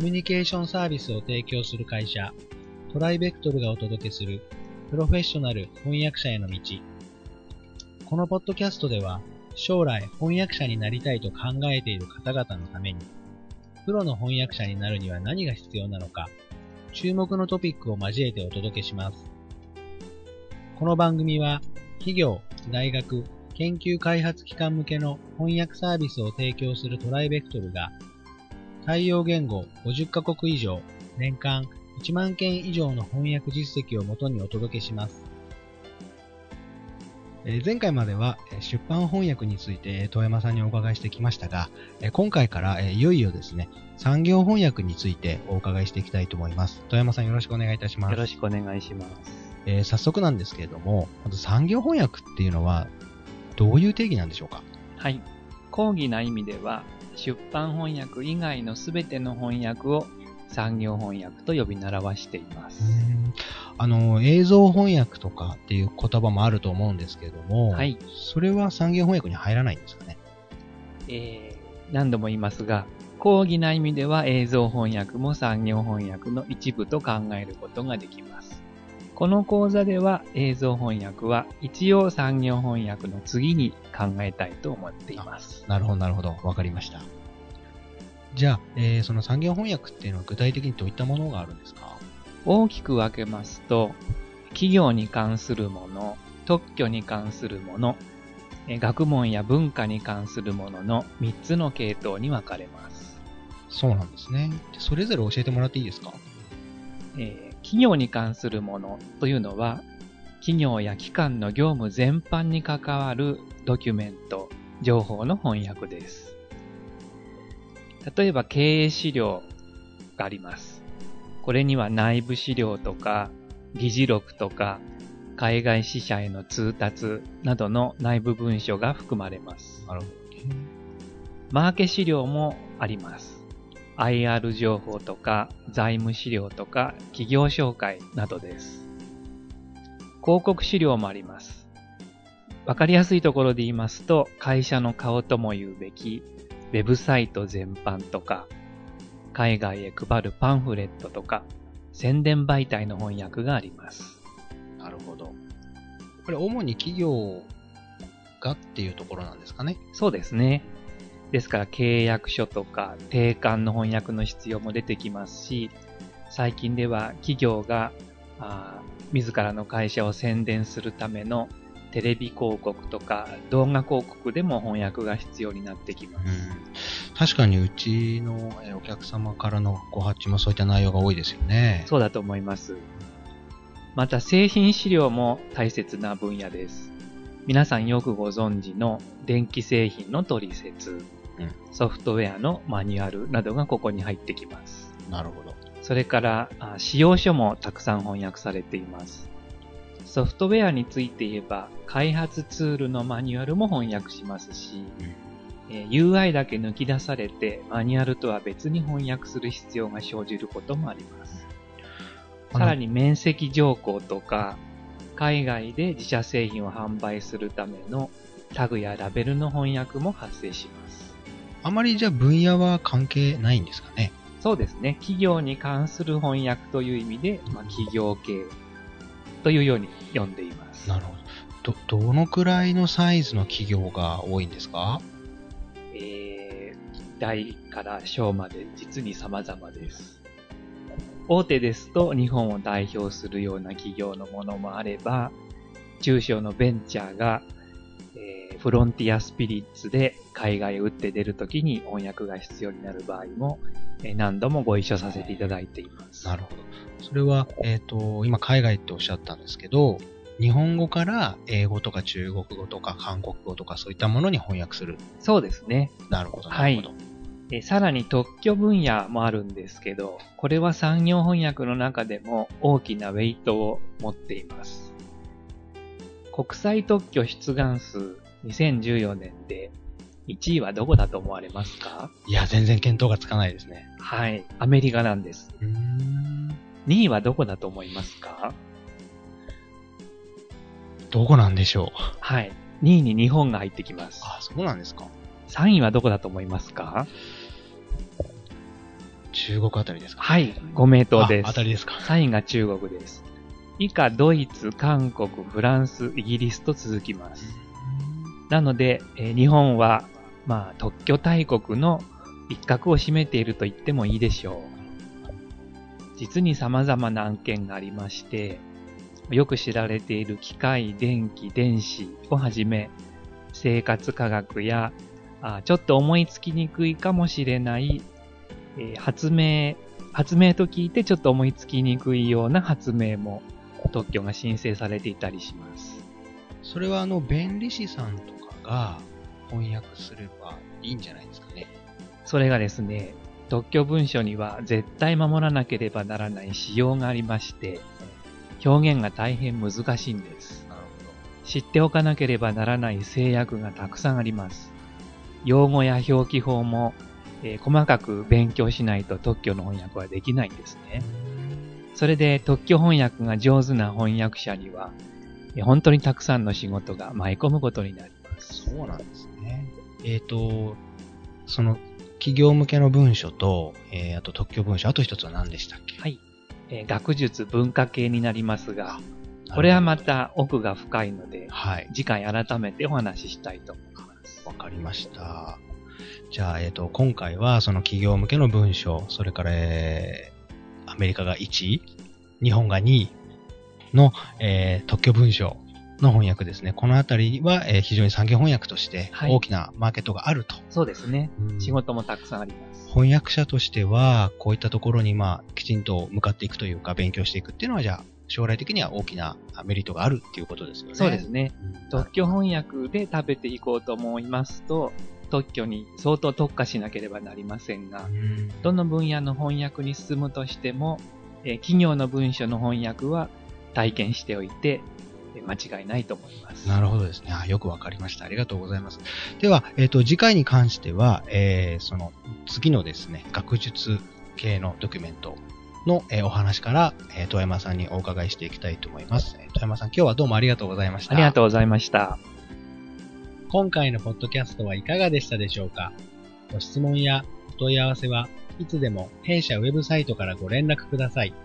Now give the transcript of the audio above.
ミュニケーションサービスを提供する会社、トライベクトルがお届けするプロフェッショナル翻訳者への道。このポッドキャストでは、将来翻訳者になりたいと考えている方々のために、プロの翻訳者になるには何が必要なのか、注目のトピックを交えてお届けします。この番組は、企業、大学、研究開発機関向けの翻訳サービスを提供するトライベクトルが、対応言語50カ国以上、年間1万件以上の翻訳実績をもとにお届けします。前回までは出版翻訳について遠山さんにお伺いしてきましたが、今回からいよいよですね、産業翻訳についてお伺いしていきたいと思います。遠山さんよろしくお願いいたします。 よろしくお願いします。 早速なんですけれども、まず産業翻訳っていうのはどういう定義なんでしょうか？ はい。広義な意味では、出版翻訳以外のすべての翻訳を産業翻訳と呼び習わしています。 映像翻訳とかっていう言葉もあると思うんですけれども、 はい。 それは産業翻訳に入らないんですかね？ 何度も言いますが、広義な意味では映像翻訳も産業翻訳の一部と考えることができます。この講座では映像翻訳は一応産業翻訳の次に考えたいと思っています。 なるほど、なるほど。わかりました。じゃあ、その産業翻訳っていうのは具体的にどういったものがあるんですか？ 大きく分けますと、企業に関するもの、特許に関するもの、学問や文化に関するものの3つの系統に分かれます。 そうなんですね。それぞれ教えてもらっていいですか？ 企業に関するものというのは、企業や機関の業務全般に関わるドキュメント、情報の翻訳です。例えば経営資料があります。これには内部資料とか議事録とか海外支社への通達などの内部文書が含まれます。 なるほど。 マーケ資料もあります。IR 情報とか財務資料とか企業紹介などです。広告資料もあります。わかりやすいところで言いますと、会社の顔とも言うべきウェブサイト全般とか、海外へ配るパンフレットとか、宣伝媒体の翻訳があります。 なるほど。これ主に企業がっていうところなんですかね？ そうですね。ですから契約書とか定款の翻訳の必要も出てきますし、最近では企業が自らの会社を宣伝するためのテレビ広告とか動画広告でも翻訳が必要になってきます。 確かにうちのお客様からのご発注もそういった内容が多いですよね。 そうだと思います。また製品資料も大切な分野です。皆さんよくご存知の電気製品の取説、ソフトウェアのマニュアルなどがここに入ってきます。 なるほど。 それから使用書もたくさん翻訳されています。ソフトウェアについて言えば開発ツールのマニュアルも翻訳しますし、UI だけ抜き出されてマニュアルとは別に翻訳する必要が生じることもあります。さらに面積条項とか海外で自社製品を販売するためのタグやラベルの翻訳も発生します。 あまりじゃあ分野は関係ないんですかね？ そうですね。企業に関する翻訳という意味で、企業系というように呼んでいます。 なるほど。どのくらいのサイズの企業が多いんですか？ 大から小まで実に様々です。大手ですと日本を代表するような企業のものもあれば、中小のベンチャーが、フロンティアスピリッツで海外へ打って出るときに翻訳が必要になる場合も、何度もご一緒させていただいています。 なるほど。それは、今海外っておっしゃったんですけど、日本語から英語とか中国語とか韓国語とかそういったものに翻訳する。 そうですね。 なるほど、なるほど。 さらに特許分野もあるんですけど、これは産業翻訳の中でも大きなウェイトを持っています。国際特許出願数2014年で1位はどこだと思われますか？ いや、全然見当がつかないですね。 はい。アメリカなんです。2位はどこだと思いますか？ どこなんでしょう？ はい。2位に日本が入ってきます。 あ、そうなんですか。 3位はどこだと思いますか？ 中国あたりですか？ はい、ご名答です。 あたりですか。 3位が中国です。以下、ドイツ、韓国、フランス、イギリスと続きます。なので、日本は、特許大国の一角を占めていると言ってもいいでしょう。実に様々な案件がありまして、よく知られている機械、電気、電子をはじめ、生活科学や、ちょっと思いつきにくいかもしれない、発明と聞いてちょっと思いつきにくいような発明も特許が申請されていたりします。 それは弁理士さんとかが翻訳すればいいんじゃないですかね。 それがですね、特許文書には絶対守らなければならない仕様がありまして、表現が大変難しいんです。 なるほど。 知っておかなければならない制約がたくさんあります。用語や表記法も、細かく勉強しないと特許の翻訳はできないんですね。それで特許翻訳が上手な翻訳者には、本当にたくさんの仕事が舞い込むことになります。 そうなんですね。その企業向けの文書と、あと特許文書、あと一つは何でしたっけ？ はい。学術文化系になりますが、これはまた奥が深いので、 はい、 次回改めてお話ししたいと思います。 わかりました。じゃあ、今回はその企業向けの文書、それから、アメリカが1位、日本が2位の、特許文書の翻訳ですね。このあたりは、非常に産業翻訳として大きなマーケットがあると。 そうですね。仕事もたくさんあります。 翻訳者としては、こういったところにきちんと向かっていくというか、勉強していくっていうのは、じゃあ、将来的には大きなメリットがあるっていうことですよね。 そうですね。特許翻訳で食べていこうと思いますと、特許に相当特化しなければなりませんが、どの分野の翻訳に進むとしても、企業の文書の翻訳は体験しておいて間違いないと思います。 なるほどですね。よくわかりました。ありがとうございます。では、次回に関しては、その次のですね、学術系のドキュメントの、お話から、遠山さんにお伺いしていきたいと思います。遠山さん、今日はどうもありがとうございました。 ありがとうございました。 今回のポッドキャストはいかがでしたでしょうか？ご質問やお問い合わせはいつでも弊社ウェブサイトからご連絡ください。